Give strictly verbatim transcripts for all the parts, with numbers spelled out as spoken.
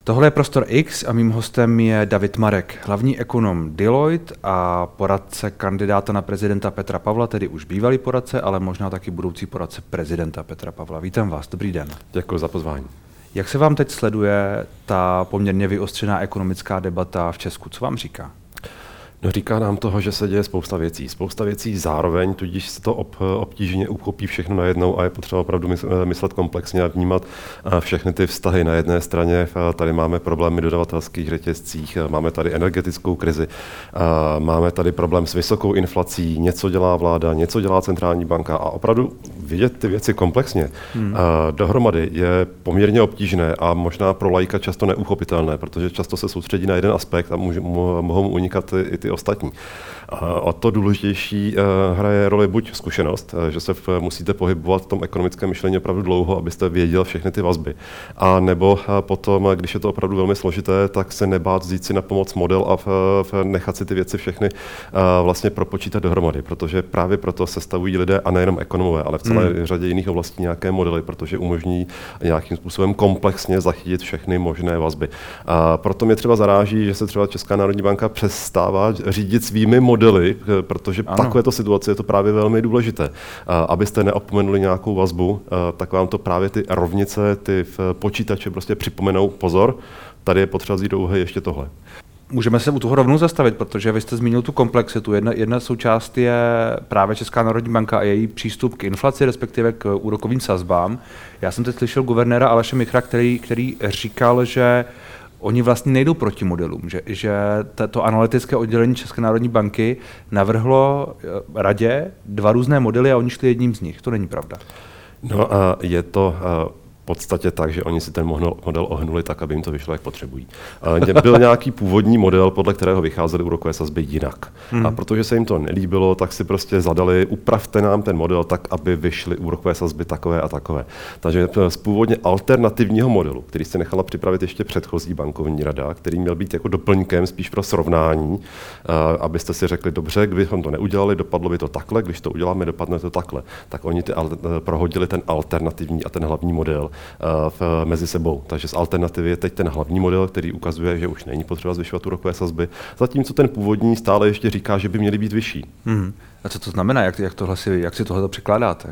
Tohle je Prostor X a mým hostem je David Marek, hlavní ekonom Deloitte a poradce kandidáta na prezidenta Petra Pavla, tedy už bývalý poradce, ale možná taky budoucí poradce prezidenta Petra Pavla. Vítám vás, dobrý den. Děkuji za pozvání. Jak se vám teď sleduje ta poměrně vyostřená ekonomická debata v Česku? Co vám říká? No, říká nám toho, že se děje spousta věcí. Spousta věcí zároveň, tudíž se to ob, obtížně uchopí všechno najednou a je potřeba opravdu myslet komplexně a vnímat všechny ty vztahy. Na jedné straně tady máme problémy dodavatelských řetězcích, máme tady energetickou krizi, máme tady problém s vysokou inflací, něco dělá vláda, něco dělá centrální banka a opravdu vidět ty věci komplexně hmm. dohromady je poměrně obtížné a možná pro laika často neuchopitelné, protože často se soustředí na jeden aspekt a může, mohou mu unikat i ty ostatní. A to důležitější hraje roli buď zkušenost, že se musíte pohybovat v tom ekonomickém myšlení opravdu dlouho, abyste věděl všechny ty vazby. A nebo potom, když je to opravdu velmi složité, tak se nebát vzít si na pomoc model a nechat si ty věci všechny vlastně propočítat dohromady, protože právě proto se stavují lidé a nejenom ekonomové, ale v celé hmm. řadě jiných oblastí nějaké modely, protože umožní nějakým způsobem komplexně zachytit všechny možné vazby. A proto mě třeba zaráží, že se třeba Česká národní banka přestává řídit svými modely, protože v takovéto situaci je to právě velmi důležité. Abyste neopomenuli nějakou vazbu, tak vám to právě ty rovnice, ty počítače prostě připomenou, pozor, tady je potřeba vzít do úvahy ještě tohle. Můžeme se u toho rovnou zastavit, protože vy jste zmínil tu komplexitu. Jedna, jedna součást je právě Česká národní banka a její přístup k inflaci, respektive k úrokovým sazbám. Já jsem teď slyšel guvernéra Aleše Michra, který, který říkal, že oni vlastně nejdou proti modelům, že, že to analytické oddělení České národní banky navrhlo radě dva různé modely a oni šli jedním z nich. To není pravda. No a je to v podstatě tak, že oni si ten model ohnuli tak, aby jim to vyšlo, jak potřebují. Byl nějaký původní model, podle kterého vycházely úrokové sazby jinak. Hmm. A protože se jim to nelíbilo, tak si prostě zadali, upravte nám ten model tak, aby vyšly úrokové sazby takové a takové. Takže z původně alternativního modelu, který se nechala připravit ještě předchozí bankovní rada, který měl být jako doplňkem spíš pro srovnání, abyste si řekli, dobře, kdybychom to neudělali, dopadlo by to takhle, když to uděláme, dopadne to takhle. Tak oni ty, prohodili ten alternativní a ten hlavní model V, mezi sebou. Takže z alternativy je teď ten hlavní model, který ukazuje, že už není potřeba zvyšovat úrokové sazby, zatímco ten původní stále ještě říká, že by měly být vyšší. Hmm. A co to znamená? Jak, jak, tohle si, jak si tohle překládáte?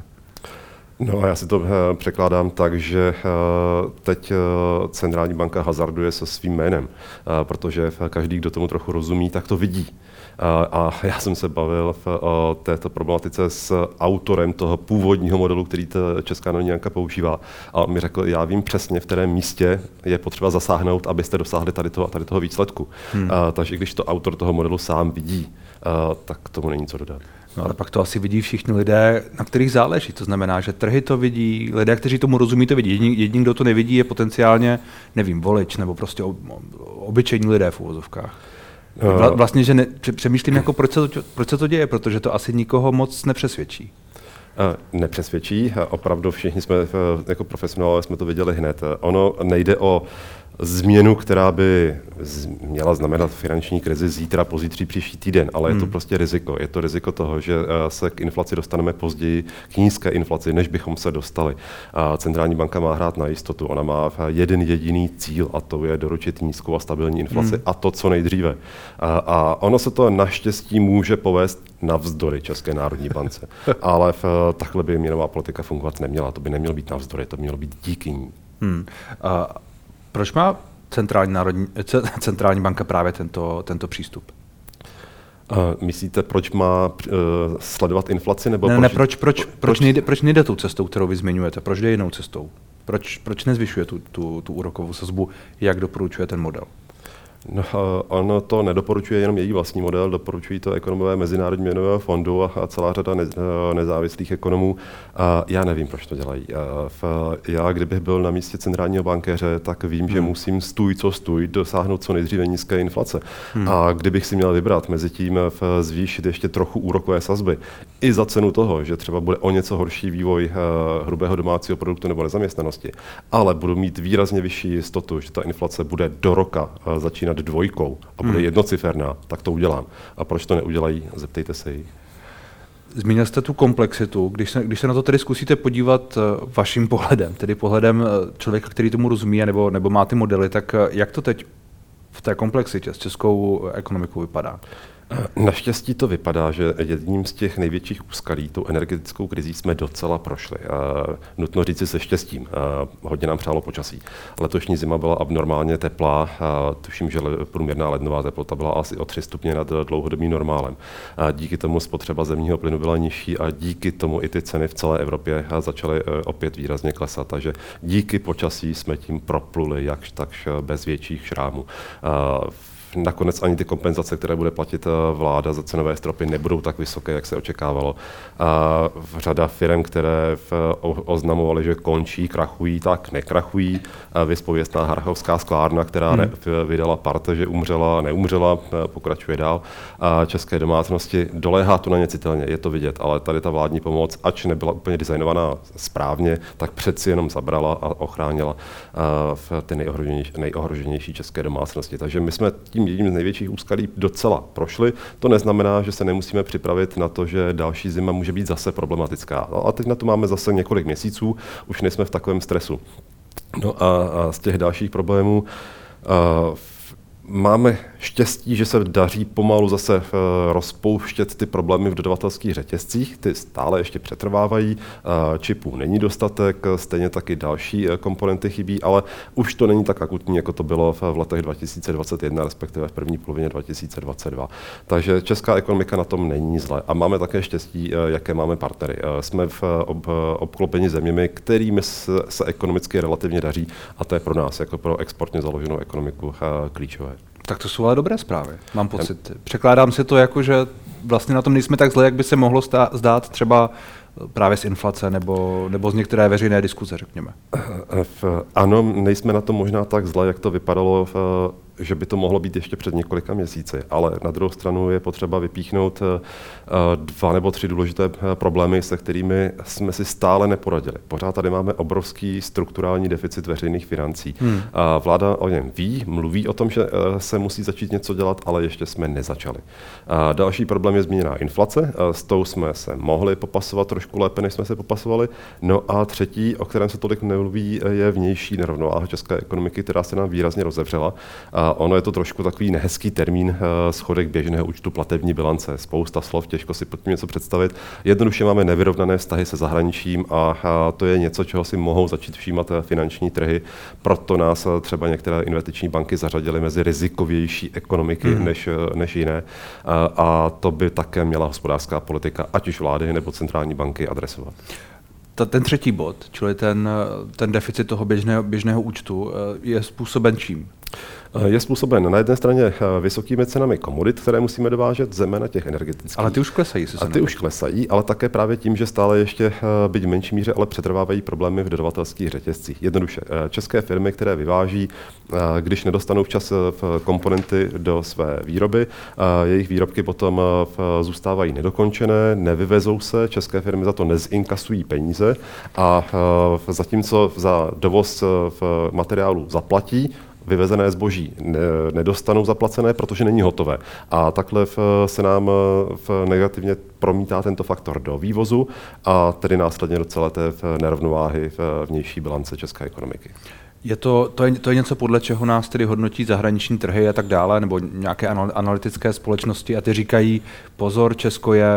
No a já si to překládám tak, že teď centrální banka hazarduje se svým jménem, protože každý, kdo tomu trochu rozumí, tak to vidí. A já jsem se bavil o této problematice s autorem toho původního modelu, který ta Česká národní banka používá. A on mi řekl, já vím přesně, v kterém místě je potřeba zasáhnout, abyste dosáhli tady toho a tady toho výsledku. Hmm. Takže když to autor toho modelu sám vidí, tak tomu není co dodat. No ale pak to asi vidí všichni lidé, na kterých záleží. To znamená, že trhy to vidí, lidé, kteří tomu rozumí, to vidí. Jediný, jediný kdo to nevidí, je potenciálně, nevím, volič nebo prostě obyčejní lidé v uvozovkách. Vla, vlastně, že ne, přemýšlím, jako proč, se to, proč se to děje, protože to asi nikoho moc nepřesvědčí. Nepřesvědčí, opravdu všichni jsme jako profesionálové jsme to viděli hned. Ono nejde o změnu, která by měla znamenat finanční krizi zítra, pozítří, příští týden, ale hmm. je to prostě riziko. Je to riziko toho, že se k inflaci dostaneme později, k nízké inflaci, než bychom se dostali. Centrální banka má hrát na jistotu. Ona má jeden jediný cíl a to je doručit nízkou a stabilní inflaci hmm. a to co nejdříve. A, a ono se to naštěstí může povést navzdory České národní bance. Ale v, takhle by měnová politika fungovat neměla. To by nemělo být navzdory, to by mělo být díky ní. Hmm. A proč má centrální, národní, centrální banka právě tento, tento přístup? Uh, myslíte, proč má uh, sledovat inflaci? Nebo ne, proč, ne, proč, proč, proč, proč, nejde, proč nejde tou cestou, kterou vy zmiňujete? Proč jde jinou cestou? Proč, proč nezvyšuje tu, tu, tu úrokovou sazbu, jak doporučuje ten model? No, ono to nedoporučuje jenom její vlastní model, doporučují to ekonomové Mezinárodního měnového fondu a, a celá řada ne, nezávislých ekonomů. A já nevím, proč to dělají. A v, já, kdybych byl na místě centrálního bankéře, tak vím, hmm. že musím stůj co stůj dosáhnout co nejdříve nízké inflace. Hmm. A kdybych si měl vybrat mezi tím v, zvýšit ještě trochu úrokové sazby i za cenu toho, že třeba bude o něco horší vývoj uh, hrubého domácího produktu nebo nezaměstnanosti, ale budu mít výrazně vyšší jistotu, že ta inflace bude do roka uh, začínat dvojkou a bude hmm. jednociferná, tak to udělám. A proč to neudělají? Zeptejte se jich. Zmínil jste tu komplexitu. Když se, když se na to tedy zkusíte podívat vaším pohledem, tedy pohledem člověka, který tomu rozumí, nebo, nebo má ty modely, tak jak to teď v té komplexitě s českou ekonomikou vypadá? Naštěstí to vypadá, že jedním z těch největších úskalí, tou energetickou krizí, jsme docela prošli. Nutno říci se štěstím. Hodně nám přálo počasí. Letošní zima byla abnormálně teplá. Tuším, že průměrná lednová teplota byla asi o tři stupně nad dlouhodobým normálem. Díky tomu spotřeba zemního plynu byla nižší a díky tomu i ty ceny v celé Evropě začaly opět výrazně klesat. Takže díky počasí jsme tím propluli jakž takž bez větších šrámů. Nakonec ani ty kompenzace, které bude platit vláda za cenové stropy, nebudou tak vysoké, jak se očekávalo. A řada firm, které oznamovaly, že končí, krachují, tak nekrachují. Vyspověstná Harchovská sklárna, která hmm. vydala parte, že umřela, neumřela, pokračuje dál. A české domácnosti, doléhá to na ně citelně, je to vidět, ale tady ta vládní pomoc, ač nebyla úplně designovaná správně, tak přeci jenom zabrala a ochránila ty nejohroženější, nejohroženější české domácnosti. Takže my jsme tím jedním z největších úskalí docela prošli. To neznamená, že se nemusíme připravit na to, že další zima může být zase problematická. A teď na to máme zase několik měsíců, už nejsme v takovém stresu. No a, a z těch dalších problémů uh, máme štěstí, že se daří pomalu zase rozpouštět ty problémy v dodavatelských řetězcích, ty stále ještě přetrvávají, čipů není dostatek, stejně taky další komponenty chybí, ale už to není tak akutní, jako to bylo v letech dva tisíce dvacet jedna, respektive v první polovině dva tisíce dvacet dva. Takže česká ekonomika na tom není zle a máme také štěstí, jaké máme partnery. Jsme v ob, obklopeni zeměmi, kterými se ekonomicky relativně daří a to je pro nás, jako pro exportně založenou ekonomiku, klíčové. Tak to jsou ale dobré zprávy, mám pocit. Překládám si to jako, že vlastně na tom nejsme tak zle, jak by se mohlo zdát třeba právě z inflace nebo, nebo z některé veřejné diskuze, řekněme. Ano, nejsme na tom možná tak zle, jak to vypadalo, v, že by to mohlo být ještě před několika měsíci, ale na druhou stranu je potřeba vypíchnout dva nebo tři důležité problémy, se kterými jsme si stále neporadili. Pořád tady máme obrovský strukturální deficit veřejných financí. Hmm. Vláda o něm ví, mluví o tom, že se musí začít něco dělat, ale ještě jsme nezačali. Další problém je zmíněná inflace, s tou jsme se mohli popasovat trošku lépe, než jsme se popasovali. No a třetí, o kterém se tolik nemluví, je vnější nerovnováha české ekonomiky, která se nám výrazně rozevřela. A ono je to trošku takový nehezký termín, schodek běžného účtu platební bilance. Spousta slov, těžko si pod tím něco představit. Jednoduše máme nevyrovnané vztahy se zahraničím a to je něco, čeho si mohou začít všímat finanční trhy. Proto nás třeba některé investiční banky zařadily mezi rizikovější ekonomiky hmm. než, než jiné. A, a to by také měla hospodářská politika, ať už vlády nebo centrální banky, adresovat. Ten třetí bod, čili ten, ten deficit toho běžného, běžného účtu, je způsoben čím? Je způsoben na jedné straně vysokými cenami komodit, které musíme dovážet, zejména těch energetických. Ale ty už klesají. A ty už klesají, ale také právě tím, že stále ještě, byť v menší míře, ale přetrvávají problémy v dodavatelských řetězcích. Jednoduše, české firmy, které vyváží, když nedostanou včas komponenty do své výroby, jejich výrobky potom zůstávají nedokončené, nevyvezou se, české firmy za to nezinkasují peníze a zatímco za dovoz materiálu zaplatí, vyvezené zboží nedostanou zaplacené, protože není hotové. A takhle se nám negativně promítá tento faktor do vývozu a tedy následně do celé té nerovnováhy vnější bilance české ekonomiky. Je to, to, je, to je něco, podle čeho nás tedy hodnotí zahraniční trhy a tak dále, nebo nějaké analytické společnosti a ty říkají, pozor, Česko je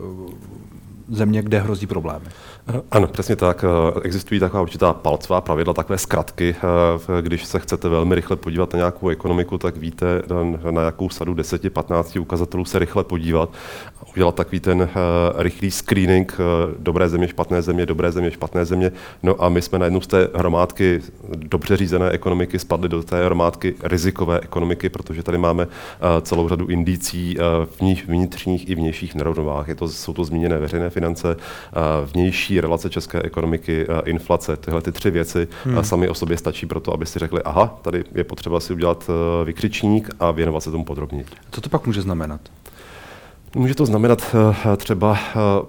země, kde hrozí problémy. Ano, přesně tak. Existují taková určitá palcová pravidla, takové zkratky. Když se chcete velmi rychle podívat na nějakou ekonomiku, tak víte, na jakou sadu deset patnáct ukazatelů se rychle podívat. Udělat takový ten rychlý screening dobré země, špatné země, dobré země, špatné země. No a my jsme najednou z té hromádky dobře řízené ekonomiky spadli do té hromádky rizikové ekonomiky, protože tady máme celou řadu indicí vnitřních i vnějších nerovnovách. Je to, jsou to zmíněné veřejné finance, vnější relace české ekonomiky, inflace, tyhle ty tři věci hmm. sami o sobě stačí pro to, aby si řekli, aha, tady je potřeba si udělat vykřičník a věnovat se tomu podrobněji. Co to pak může znamenat? Může to znamenat třeba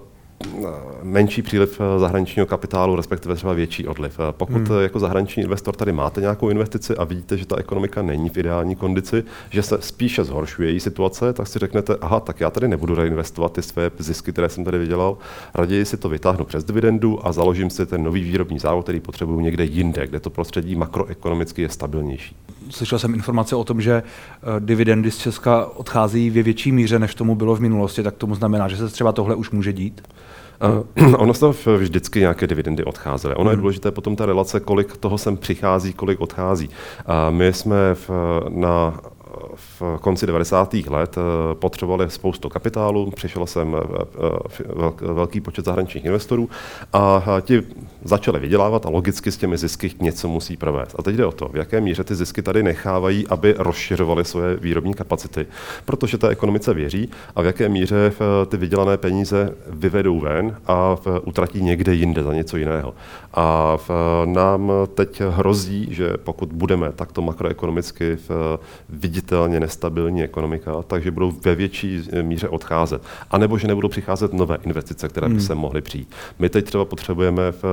menší příliv zahraničního kapitálu, respektive třeba větší odliv. Pokud hmm. jako zahraniční investor tady máte nějakou investici a vidíte, že ta ekonomika není v ideální kondici, že se spíše zhoršuje její situace, tak si řeknete, aha, tak já tady nebudu reinvestovat ty své zisky, které jsem tady vydělal, raději si to vytáhnu přes dividendu a založím si ten nový výrobní závod, který potřebuju někde jinde, kde to prostředí makroekonomicky je stabilnější. Slyšel jsem informace o tom, že dividendy z Česka odchází ve větší míře, než tomu bylo v minulosti, tak tomu znamená, že se třeba tohle už může dít? Uh, ono se vždycky nějaké dividendy odcházely. Ono hmm. je důležité potom ta relace, kolik toho sem přichází, kolik odchází. Uh, my jsme v, na v konci devadesátých let potřebovali spoustu kapitálu, přišel sem velký počet zahraničních investorů a ti začali vydělávat a logicky s těmi zisky něco musí provést. A teď jde o to, v jaké míře ty zisky tady nechávají, aby rozšiřovaly svoje výrobní kapacity, protože ta ekonomice věří, a v jaké míře ty vydělané peníze vyvedou ven a utratí někde jinde za něco jiného. A nám teď hrozí, že pokud budeme takto makroekonomicky viditelně nestabilní ekonomika, takže budou ve větší míře odcházet. A nebo že nebudou přicházet nové investice, které by se mohly přijít. My teď třeba potřebujeme v,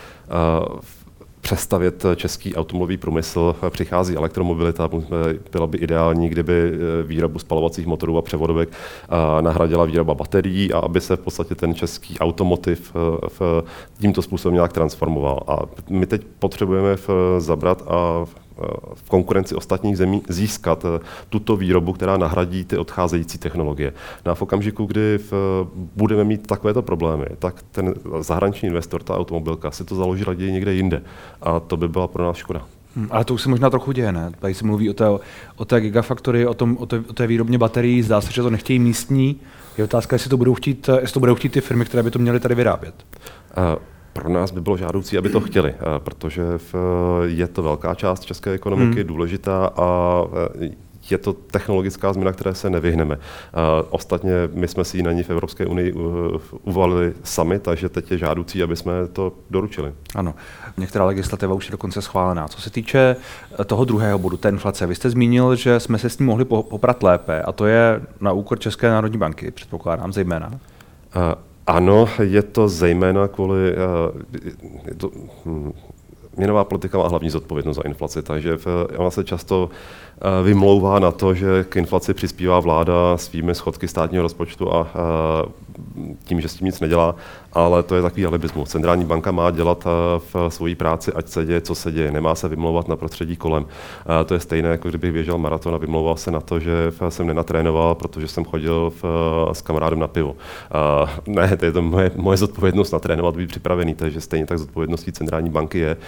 v přestavět český automobilový průmysl, přichází elektromobilita, bylo by ideální, kdyby výrobu spalovacích motorů a převodovek nahradila výroba baterií a aby se v podstatě ten český automotiv v tímto způsobem nějak transformoval. A my teď potřebujeme zabrat a v konkurenci ostatních zemí získat tuto výrobu, která nahradí ty odcházející technologie. No a v okamžiku, kdy v, budeme mít takovéto problémy, tak ten zahraniční investor, ta automobilka, si to založí raději někde jinde. A to by byla pro nás škoda. Hmm, ale to už se možná trochu děje, ne? Tady se mluví o té, o té gigafactory, o, tom, o, té, o té výrobně baterií, zdá se, že to nechtějí místní. Je otázka, jestli to budou chtít, jestli to budou chtít ty firmy, které by to měly tady vyrábět. Uh, Pro nás by bylo žádoucí, aby to chtěli, protože je to velká část české ekonomiky, hmm. důležitá a je to technologická změna, které se nevyhneme. Ostatně my jsme si ji na ní v Evropské unii uvalili sami, takže teď je žádoucí, aby jsme to doručili. Ano, některá legislativa už je dokonce schválená. Co se týče toho druhého bodu, té inflace, vy jste zmínil, že jsme se s ní mohli poprat lépe a to je na úkor České národní banky, předpokládám zejména. A Ano, je to zejména kvůli je to, hm, měnová politika má hlavní zodpovědnost za inflaci, takže v, ona se často vymlouvá na to, že k inflaci přispívá vláda svými schodky státního rozpočtu a, a tím, že s tím nic nedělá, ale to je takový alibismus. Centrální banka má dělat v svojí práci, ať se děje, co se děje. Nemá se vymlouvat na prostředí kolem. A to je stejné, jako kdybych běžel maraton a vymlouval se na to, že jsem nenatrénoval, protože jsem chodil v, s kamarádem na pivo. A ne, to je to moje, moje zodpovědnost natrénovat, být připravený, takže stejně tak zodpovědností centrální banky je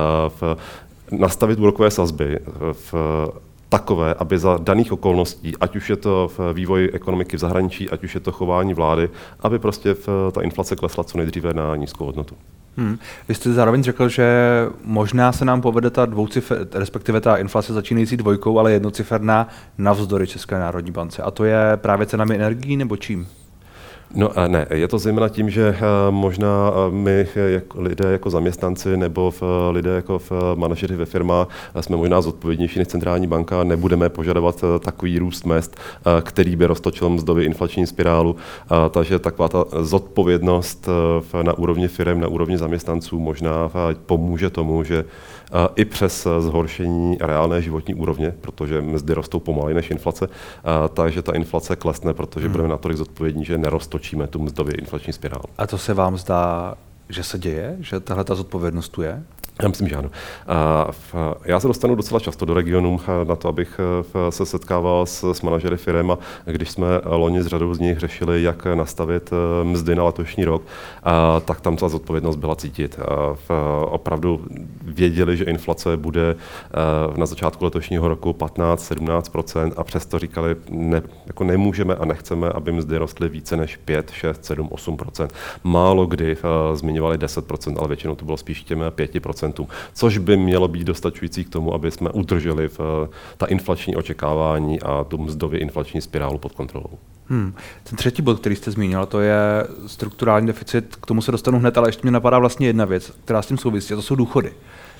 v, nastavit úrokové sazby v takové, aby za daných okolností, ať už je to v vývoji ekonomiky v zahraničí, ať už je to chování vlády, aby prostě v, ta inflace klesla co nejdříve na nízkou hodnotu. Hmm. Vy jste zároveň řekl, že možná se nám povede ta dvoucifer, respektive ta inflace začínající dvojkou, ale jednociferná navzdory České národní bance. A to je právě cenami energií nebo čím? No ne, je to zejména tím, že možná my jako lidé jako zaměstnanci nebo v lidé jako v manažeři ve firmách jsme možná zodpovědnější než centrální banka, nebudeme požadovat takový růst mezd, který by roztočil mzdově inflační spirálu, takže taková ta zodpovědnost na úrovni firem, na úrovni zaměstnanců možná pomůže tomu, že i přes zhoršení reálné životní úrovně, protože mzdy rostou pomaleji než inflace, takže ta inflace klesne, protože hmm. budeme natolik zodpovědní, že neroztočíme tu mzdově inflační spirálu. A to se vám zdá, že se děje? Že tahle ta zodpovědnost tu je? Já myslím, že ano. Já se dostanu docela často do regionů na to, abych se setkával s, s manažery firem, a když jsme loni s řadou z nich řešili, jak nastavit mzdy na letošní rok, tak tam ta zodpovědnost byla cítit. Opravdu věděli, že inflace bude na začátku letošního roku patnáct až sedmnáct procent a přesto říkali, ne, jako nemůžeme a nechceme, aby mzdy rostly více než pět, šest, sedm, osm procent. Málo kdy zmiňovali deset procent, ale většinou to bylo spíš těmi pět procent. Což by mělo být dostačující k tomu, aby jsme udrželi v, ta inflační očekávání a tu mzdově inflační spirálu pod kontrolou. Hmm. Ten třetí bod, který jste zmínil, to je strukturální deficit, k tomu se dostanu hned, ale ještě mě napadá vlastně jedna věc, která s tím souvisí, a to jsou důchody.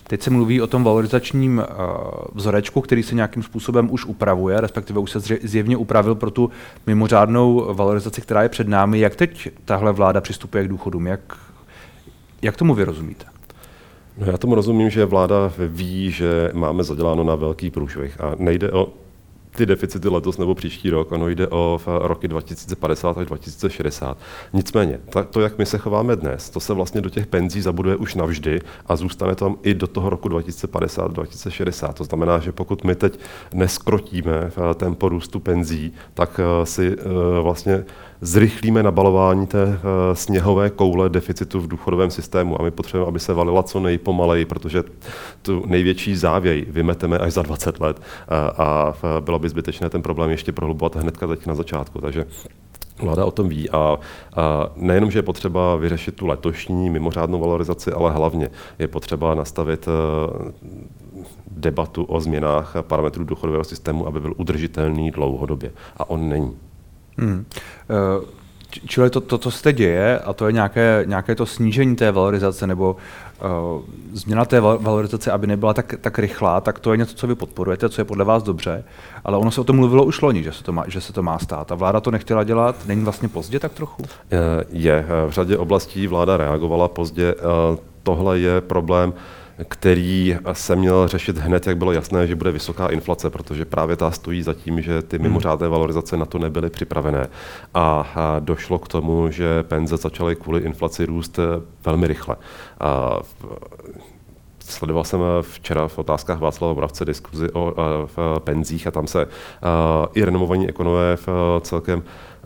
Teď se mluví o tom valorizačním uh, vzorečku, který se nějakým způsobem už upravuje, respektive už se zjevně upravil pro tu mimořádnou valorizaci, která je před námi. Jak teď tahle vláda přistupuje k důchodům? Jak, jak tomu vy rozumíte? No já tomu rozumím, že vláda ví, že máme zaděláno na velký průšvih a nejde o ty deficity letos nebo příští rok, ono jde o roky dva tisíce padesát až dva tisíce šedesát. Nicméně, to, jak my se chováme dnes, to se vlastně do těch penzí zabuduje už navždy a zůstane tam i do toho roku dva tisíce padesát, dva tisíce šedesát. To znamená, že pokud my teď neskrotíme tempo růstu penzí, tak si vlastně zrychlíme nabalování té sněhové koule deficitu v důchodovém systému a my potřebujeme, aby se valila co nejpomaleji, protože tu největší závěj vymeteme až za dvacet let a bylo by zbytečné ten problém ještě prohlubovat hnedka teď na začátku. Takže vláda o tom ví a, a nejenom, že je potřeba vyřešit tu letošní mimořádnou valorizaci, ale hlavně je potřeba nastavit debatu o změnách parametrů důchodového systému, aby byl udržitelný dlouhodobě. A on není. Hmm. Uh, čili to, to, co se děje, a to je nějaké, nějaké to snížení té valorizace nebo uh, změna té valorizace, aby nebyla tak, tak rychlá, tak to je něco, co vy podporujete, co je podle vás dobře, ale ono se o tom mluvilo už loni, že se to má, že se to má stát. A vláda to nechtěla dělat, není vlastně pozdě tak trochu? Je, v řadě oblastí vláda reagovala pozdě. Tohle je problém, který se měl řešit hned, jak bylo jasné, že bude vysoká inflace, protože právě ta stojí za tím, že ty mimořádné valorizace na to nebyly připravené. A došlo k tomu, že penze začaly kvůli inflaci růst velmi rychle. A sledoval jsem včera v otázkách Václava Moravce diskuzi o v penzích a tam se i renomovaní ekonomové v celkem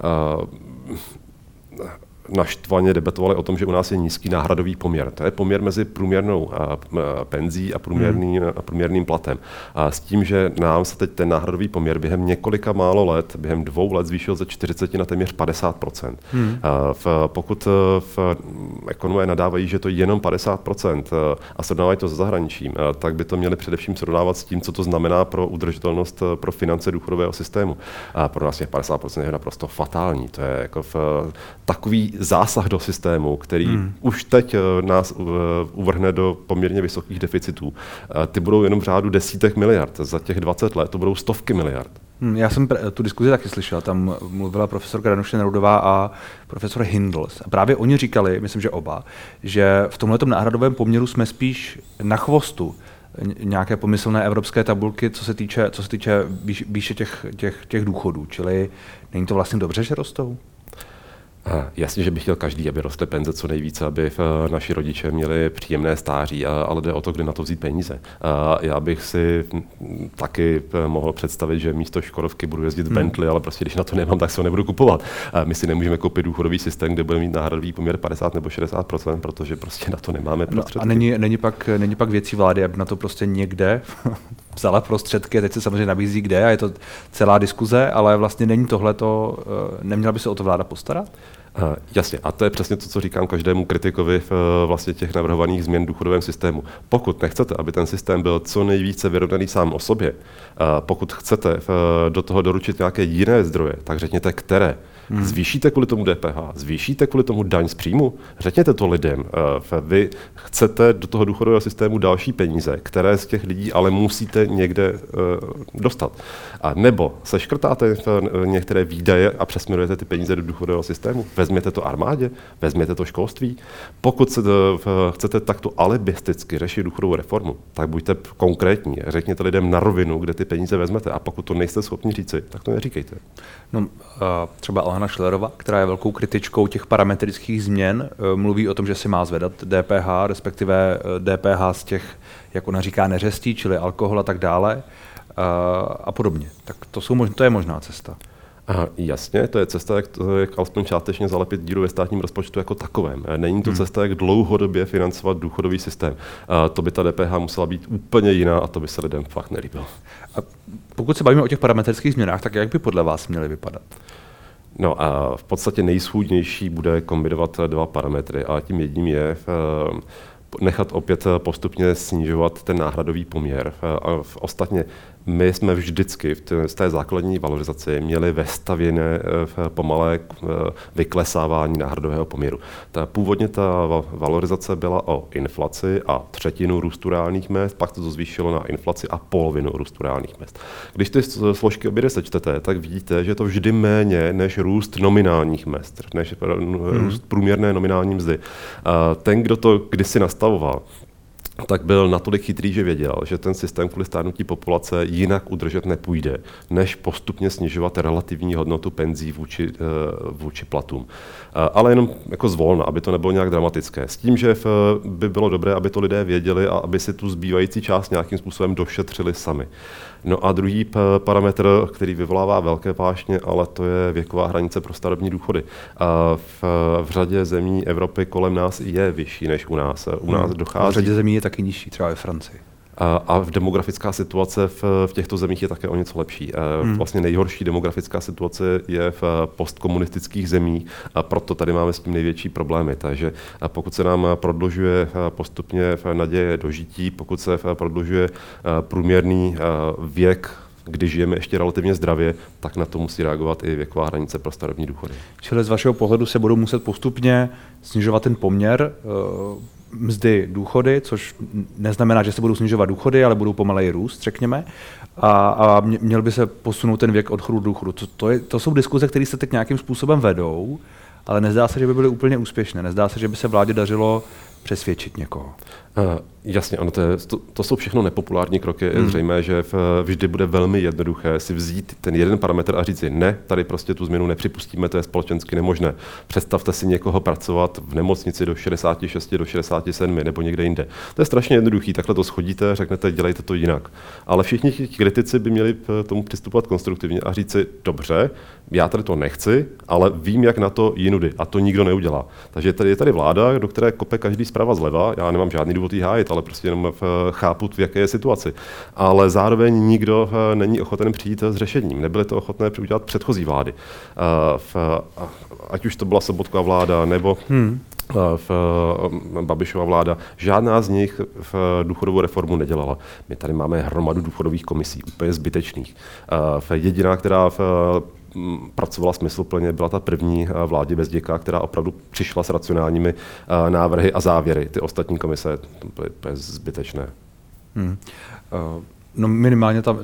naštvaně debatovali o tom, že u nás je nízký náhradový poměr. To je poměr mezi průměrnou penzí a průměrným, a průměrným platem. A s tím, že nám se teď ten náhradový poměr během několika málo let, během dvou let zvýšil ze čtyřicet na téměř padesát procent. Hmm. V, pokud v ekonomové nadávají, že to je jenom padesát procent a srovnávají to se zahraničím, tak by to měli především srovnávat s tím, co to znamená pro udržitelnost pro finance důchodového systému. A pro nás je padesát procent je naprosto fatální. To je jako v takový zásah do systému, který hmm. už teď nás uvrhne do poměrně vysokých deficitů. Ty budou jenom v řádu desítek miliard. Za těch dvacet let to budou stovky miliard. Hmm, já jsem tu diskuzi taky slyšel. Tam mluvila profesorka Danuše Nerudová a profesor Hindls. A právě oni říkali, myslím, že oba, že v tomhletom náhradovém poměru jsme spíš na chvostu nějaké pomyslné evropské tabulky, co se týče, co se týče výše těch, těch, těch důchodů. Čili není to vlastně dobře, že rostou? Jasně, že bych chtěl každý, aby rostly penze co nejvíce, aby naši rodiče měli příjemné stáří, ale jde o to, kde na to vzít peníze. Já bych si taky mohl představit, že místo Škodovky budu jezdit v hmm. Bentley, ale prostě když na to nemám, tak se ho nebudu kupovat. My si nemůžeme koupit důchodový systém, kde bude mít náhradový poměr padesát nebo šedesát procent, protože prostě na to nemáme prostředky. No a není, není, pak, není pak věcí vlády, aby na to prostě někde vzala prostředky, teď se samozřejmě nabízí kde a je to celá diskuze, ale vlastně není tohleto, neměla by se o to vláda postarat? Uh, jasně, a to je přesně to, co říkám každému kritikovi v uh, vlastně těch navrhovaných změn v důchodovém systému. Pokud nechcete, aby ten systém byl co nejvíce vyrovnaný sám o sobě, uh, pokud chcete uh, do toho doručit nějaké jiné zdroje, tak řekněte, které. Hmm. Zvýšíte kvůli tomu D P H, zvýšíte kvůli tomu daň z příjmu, řekněte to lidem. Uh, vy chcete do toho důchodového systému další peníze, které z těch lidí ale musíte někde uh, dostat. A nebo seškrtáte uh, některé výdaje a přesměrujete ty peníze do důchodového systému. Vezměte to armádě, vezměte to školství. Pokud se, chcete takto alibisticky řešit důchodovou reformu, tak buďte konkrétní. Řekněte lidem na rovinu, kde ty peníze vezmete. A pokud to nejste schopni říci, tak to neříkejte. No, třeba Alena Schillerová, která je velkou kritičkou těch parametrických změn, mluví o tom, že si má zvedat D P H, respektive D P H z těch, jak ona říká, neřestí, čili alkohol a tak dále a podobně. Tak to, jsou možná, to je možná cesta. Aha, jasně, to je cesta, jak, jak alespoň částečně zalepit díru ve státním rozpočtu jako takovém. Není to hmm. cesta, jak dlouhodobě financovat důchodový systém. A to by ta D P H musela být úplně jiná a to by se lidem fakt nelíbilo. A pokud se bavíme o těch parametrických změnách, tak jak by podle vás měly vypadat? No a v podstatě nejschůdnější bude kombinovat dva parametry a tím jedním je nechat opět postupně snižovat ten náhradový poměr. A ostatně My jsme vždycky v té, z té základní valorizaci měli vestavěné pomalé vyklesávání náhradového poměru. Ta, původně ta valorizace byla o inflaci a třetinu růstu reálných mezd, pak to zvýšilo na inflaci a polovinu růstu reálných mezd. Když ty složky obě sečtete, tak vidíte, že je to vždy méně než růst nominálních mezd, než hmm. růst průměrné nominální mzdy. Ten, kdo to kdysi nastavoval, tak byl natolik chytrý, že věděl, že ten systém kvůli stárnutí populace jinak udržet nepůjde, než postupně snižovat relativní hodnotu penzí vůči, vůči platům. Ale jenom jako zvolna, aby to nebylo nějak dramatické. S tím, že by bylo dobré, aby to lidé věděli a aby si tu zbývající část nějakým způsobem došetřili sami. No a druhý p- parametr, který vyvolává velké vášně, ale to je věková hranice pro starobní důchody. A v, v řadě zemí Evropy kolem nás je vyšší než u nás. U nás hmm. dochází... V řadě zemí je taky nižší, třeba ve Francii. A, a demografická situace v, v těchto zemích je také o něco lepší. Hmm. Vlastně nejhorší demografická situace je v postkomunistických zemích a proto tady máme s tím největší problémy. Takže pokud se nám prodlužuje postupně naděje dožití, pokud se prodlužuje průměrný věk, když žijeme ještě relativně zdravě, tak na to musí reagovat i věková hranice pro starobní důchody. Čili z vašeho pohledu se budou muset postupně snižovat ten poměr mzdy důchody, což neznamená, že se budou snižovat důchody, ale budou pomaleji růst, řekněme. A, a měl by se posunout ten věk odchodu do důchodu. To, to, je, to jsou diskuze, které se teď nějakým způsobem vedou, ale nezdá se, že by byly úplně úspěšné. Nezdá se, že by se vládě dařilo přesvědčit někoho. Uh, jasně, ano, to, je, to, to jsou všechno nepopulární kroky. Je hmm. zřejmé, že v, vždy bude velmi jednoduché si vzít ten jeden parametr a říct si, ne, tady prostě tu změnu nepřipustíme, to je společensky nemožné. Představte si někoho pracovat v nemocnici do šedesáti šesti, do šedesáti sedmi nebo někde jinde. To je strašně jednoduchý, takhle to schodíte, řeknete, dělejte to jinak. Ale všichni ti kritici by měli k tomu přistupovat konstruktivně a říct si, dobře, já tady to nechci, ale vím, jak na to jinudy a to nikdo neudělá. Takže tady je tady vláda, do které kope každý zprava zleva, já nemám žádný důvod jí hájit, ale prostě jenom chápu, v jaké je situaci. Ale zároveň nikdo není ochoten přijít s řešením. Nebyly to ochotné udělat předchozí vlády. Ať už to byla Sobotkova vláda, nebo hmm. v Babišova vláda. Žádná z nich v důchodovou reformu nedělala. My tady máme hromadu důchodových komisí, úplně zbytečných. Jediná, která v pracovala smysluplně, byla ta první vládě Bezděka, která opravdu přišla s racionálními návrhy a závěry. Ty ostatní komise byly zbytečné. Hmm. No minimálně tam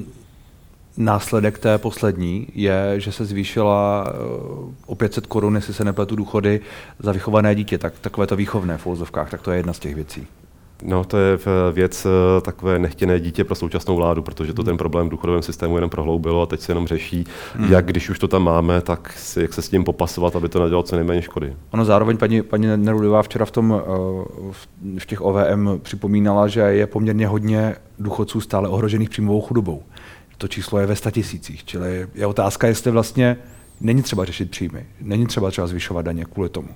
následek té poslední je, že se zvýšila o pět set korun, jestli se nepletu, důchody za vychované dítě. Tak, takové to výchovné v uvozovkách, tak to je jedna z těch věcí. No, to je věc takové nechtěné dítě pro současnou vládu, protože to ten problém v důchodovém systému jenom prohloubilo a teď se jenom řeší, hmm. jak když už to tam máme, tak si, jak se s tím popasovat, aby to nedělalo co nejméně škody. Ono zároveň paní, paní Nerudová včera v, tom, v těch O V M připomínala, že je poměrně hodně důchodců stále ohrožených příjmovou chudobou. To číslo je ve statisících, čili je otázka, jestli vlastně není třeba řešit příjmy, není třeba třeba zvyšovat daně kvůli tomu.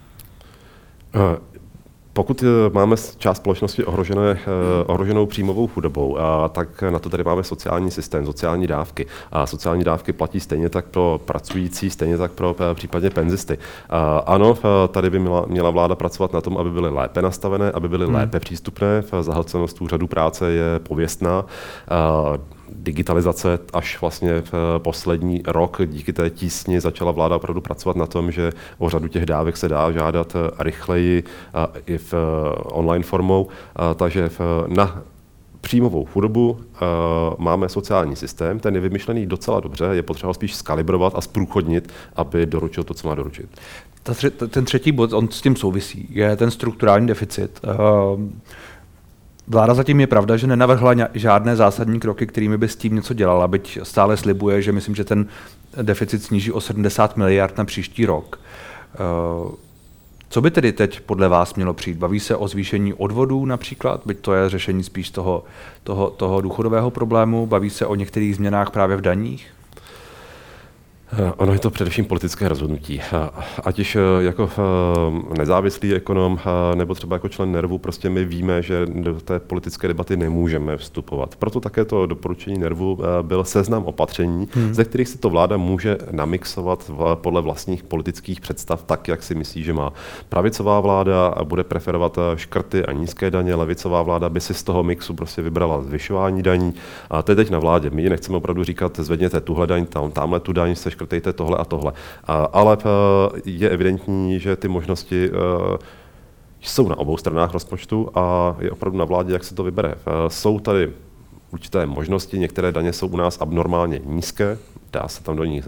Uh. Pokud máme část společnosti ohrožené, ohroženou příjmovou chudobou, a tak na to tady máme sociální systém, sociální dávky. A sociální dávky platí stejně tak pro pracující, stejně tak pro případně penzisty. A ano, tady by měla, měla vláda pracovat na tom, aby byly lépe nastavené, aby byly hmm. lépe přístupné. Zahlcenost úřadu práce je pověstná. A digitalizace až vlastně v poslední rok díky té tísni začala vláda opravdu pracovat na tom, že o řadu těch dávek se dá žádat rychleji i v online formou. Takže na příjmovou chudobu máme sociální systém, ten je vymyšlený docela dobře, je potřeba spíš skalibrovat a zprůchodnit, aby doručil to, co má doručit. Ten třetí bod, on s tím souvisí, je ten strukturální deficit. Vláda zatím je pravda, že nenavrhla žádné zásadní kroky, kterými by s tím něco dělala, byť stále slibuje, že myslím, že ten deficit sníží o sedmdesát miliard na příští rok. Co by tedy teď podle vás mělo přijít? Baví se o zvýšení odvodů například, byť to je řešení spíš toho, toho, toho důchodového problému, baví se o některých změnách právě v daních? Ono je to především politické rozhodnutí. Ať už jako nezávislý ekonom nebo třeba jako člen NERVu, prostě my víme, že do té politické debaty nemůžeme vstupovat. Proto také to doporučení NERVu byl seznam opatření, hmm. ze kterých si to vláda může namixovat podle vlastních politických představ tak, jak si myslí, že má. Pravicová vláda bude preferovat škrty a nízké daně, levicová vláda by si z toho mixu prostě vybrala zvyšování daní. A to je teď na vládě. My nechceme opravdu říkat, zvedněte tuhle daň, tam, tamhle tu daň, se škrtejte tohle a tohle. A, ale je evidentní, že ty možnosti uh, jsou na obou stranách rozpočtu a je opravdu na vládě, jak se to vybere. Uh, jsou tady určité možnosti, některé daně jsou u nás abnormálně nízké, dá se tam do nich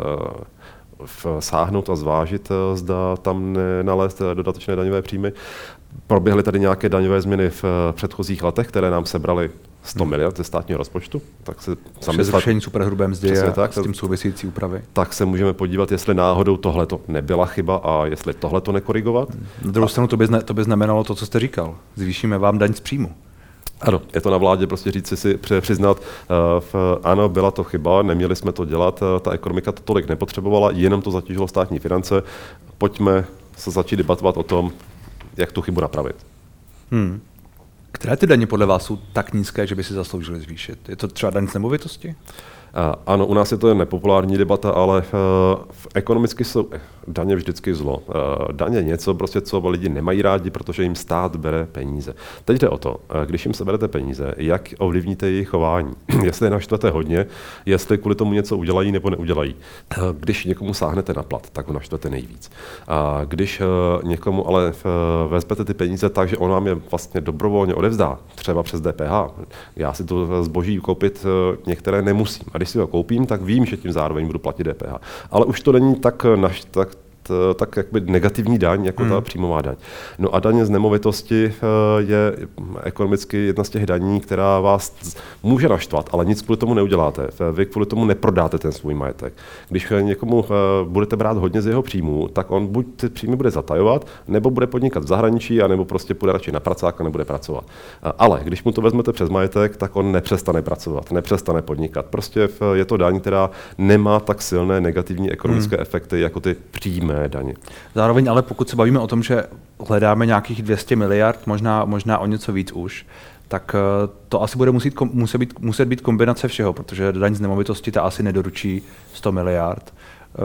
uh, sáhnout a zvážit, uh, zda tam nenalézt dodatečné daňové příjmy. Proběhly tady nějaké daňové změny v předchozích letech, které nám sebraly sto miliard ze státního rozpočtu, tak se zamyslet... Zrušení superhrubé mzdy a tak, s tím související úpravy. Tak se můžeme podívat, jestli náhodou tohleto nebyla chyba a jestli tohleto nekorigovat. Na druhou stranu to by, zna, to by znamenalo to, co jste říkal. Zvýšíme vám daň z příjmu. Ano, je to na vládě prostě říct si, přiznat, uh, v, ano, byla to chyba, neměli jsme to dělat, uh, ta ekonomika to tolik nepotřebovala, jenom to zatížilo státní finance. Pojďme se začít debatovat o tom, jak tu chybu napravit. Hmm. Které ty daně podle vás jsou tak nízké, že by si zasloužili zvýšit? Je to třeba daň z nemovitosti? Uh, ano, u nás je to nepopulární debata, ale uh, v ekonomicky jsou daně vždycky zlo. Uh, daně je něco, prostě, co lidi nemají rádi, protože jim stát bere peníze. Teď jde o to, uh, když jim seberete peníze, jak ovlivníte jejich chování. Jestli je naštvete hodně, jestli kvůli tomu něco udělají nebo neudělají. Uh, když někomu sáhnete na plat, tak ho naštvete nejvíc. Uh, když uh, někomu ale uh, vezmete ty peníze tak, že on vám je vlastně dobrovolně odevzdá, třeba přes D P H, já si to zboží koupit uh, některé nemusím. A když si ho koupím, tak vím, že tím zároveň budu platit D P H. Ale už to není tak, naš, tak, t, tak jakby negativní daň, jako hmm. ta příjmová daň. No a daně z nemovitosti je ekonomicky jedna z těch daní, která vás může naštvat, ale nic kvůli tomu neuděláte. Vy kvůli tomu neprodáte ten svůj majetek. Když někomu budete brát hodně z jeho příjmů, tak on buď ty příjmy bude zatajovat, nebo bude podnikat v zahraničí, anebo prostě půjde radši na pracák a nebude pracovat. Ale když mu to vezmete přes majetek, tak on nepřestane pracovat, nepřestane podnikat. Prostě je to daň, která nemá tak silné negativní ekonomické hmm. efekty jako ty příjmy daně. Zároveň ale pokud se bavíme o tom, že hledáme nějakých dvě stě miliard, možná, možná o něco víc už, tak to asi bude muset, muset, být, muset být kombinace všeho, protože daň z nemovitosti ta asi nedoručí sto miliard.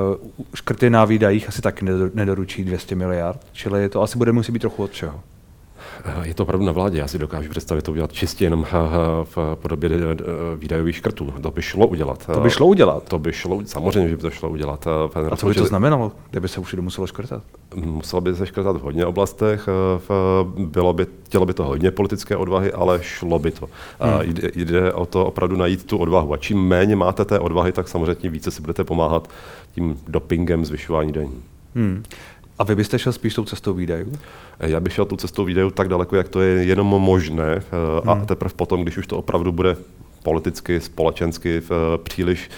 Škrty na výdajích asi taky nedoručí dvě stě miliard, čili to asi bude muset být trochu od všeho. Je to opravdu na vládě. Já si dokážu představit to udělat čistě jenom v podobě výdajových škrtů. To by šlo udělat. To by šlo udělat? To by šlo, samozřejmě, že by to šlo udělat. A co by to znamenalo, kdyby se už muselo škrtat? Muselo by se škrtat v hodně oblastech. Bylo by, chtělo by to hodně politické odvahy, ale šlo by to. Hmm. Jde, jde o to opravdu najít tu odvahu. A čím méně máte té odvahy, tak samozřejmě tím více si budete pomáhat tím dopingem zvyšování daní. Hmm. A vy byste šel spíš tou cestou výdajů? Já bych šel tou cestou výdajů tak daleko, jak to je jenom možné. A hmm. teprve potom, když už to opravdu bude politicky, společensky příliš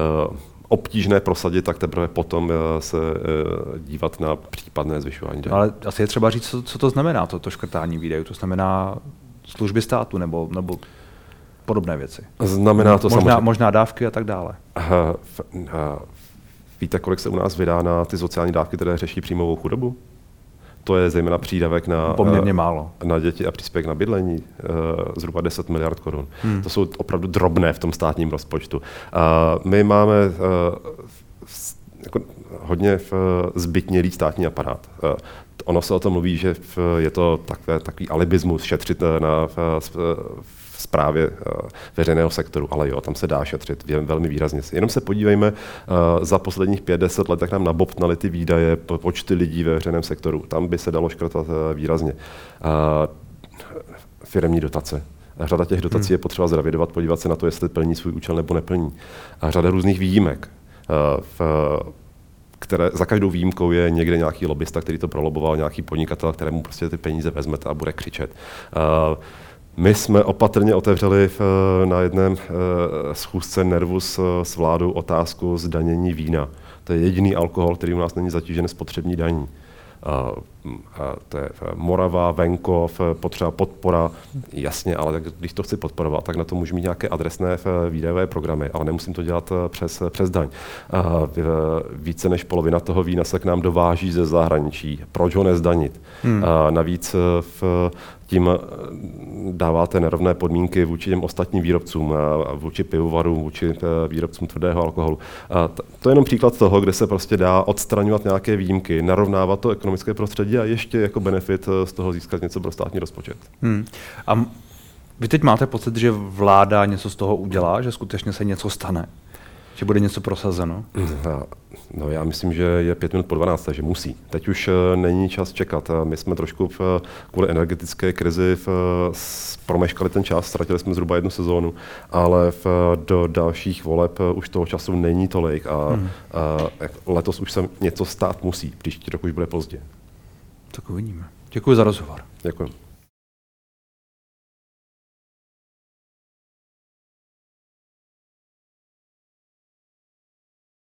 obtížné prosadit, tak teprve potom se dívat na případné zvyšování daní. Ale asi je třeba říct, co, co to znamená, to, to škrtání výdajů. To znamená služby státu nebo, nebo podobné věci. Znamená to možná, samozřejmě. Možná dávky a tak dále. Ha, f, ha, Víte, kolik se u nás vydá na ty sociální dávky, které řeší příjmovou chudobu? To je zejména přídavek na, poměrně málo. na děti a příspěvek na bydlení, zhruba deset miliard korun. Hmm. To jsou opravdu drobné v tom státním rozpočtu. My máme jako hodně zbytnělý státní aparát. Ono se o tom mluví, že je to takové, takový alibismus šetřit na správě veřejného sektoru, ale jo, tam se dá šetřit velmi výrazně. Jenom se podívejme, za posledních pět deset let, jak nám nabobtnaly ty výdaje, počty lidí ve veřejném sektoru. Tam by se dalo škrtat výrazně. Firemní dotace. Řada těch dotací hmm. je potřeba zrevidovat, podívat se na to, jestli plní svůj účel nebo neplní. A řada různých výjimek. V které za každou výjimkou je někde nějaký lobbysta, který to proloboval, nějaký podnikatel, kterému prostě ty peníze vezmete a bude křičet. My jsme opatrně otevřeli v, na jednom schůzce NERVu s, s vládou otázku zdanění vína. To je jediný alkohol, který u nás není zatížen spotřební daní. to je Morava, venkov, potřeba podpora, jasně, ale když to chci podporovat, tak na to můžu mít nějaké adresné výdajové programy, ale nemusím to dělat přes, přes daň. Více než polovina toho vína se k nám dováží ze zahraničí. Proč ho nezdanit? Hmm. Navíc v tím dáváte nerovné podmínky vůči těm ostatním výrobcům, vůči pivovarům, vůči výrobcům tvrdého alkoholu. To je jenom příklad toho, kde se prostě dá odstraňovat nějaké výjimky, narovnávat to ekonomické prostředí a ještě jako benefit z toho získat něco pro státní rozpočet. Hmm. A vy teď máte pocit, že vláda něco z toho udělá, že skutečně se něco stane? Že bude něco prosazeno? No, já myslím, že je pět minut po dvanácté, že musí. Teď už není čas čekat. My jsme trošku v, kvůli energetické krizi v, promeškali ten čas, ztratili jsme zhruba jednu sezónu, ale v, do dalších voleb už toho času není tolik a, hmm. a letos už se něco stát musí, příští rok už bude pozdě. Tak uvidíme. Děkuji za rozhovor. Děkuji.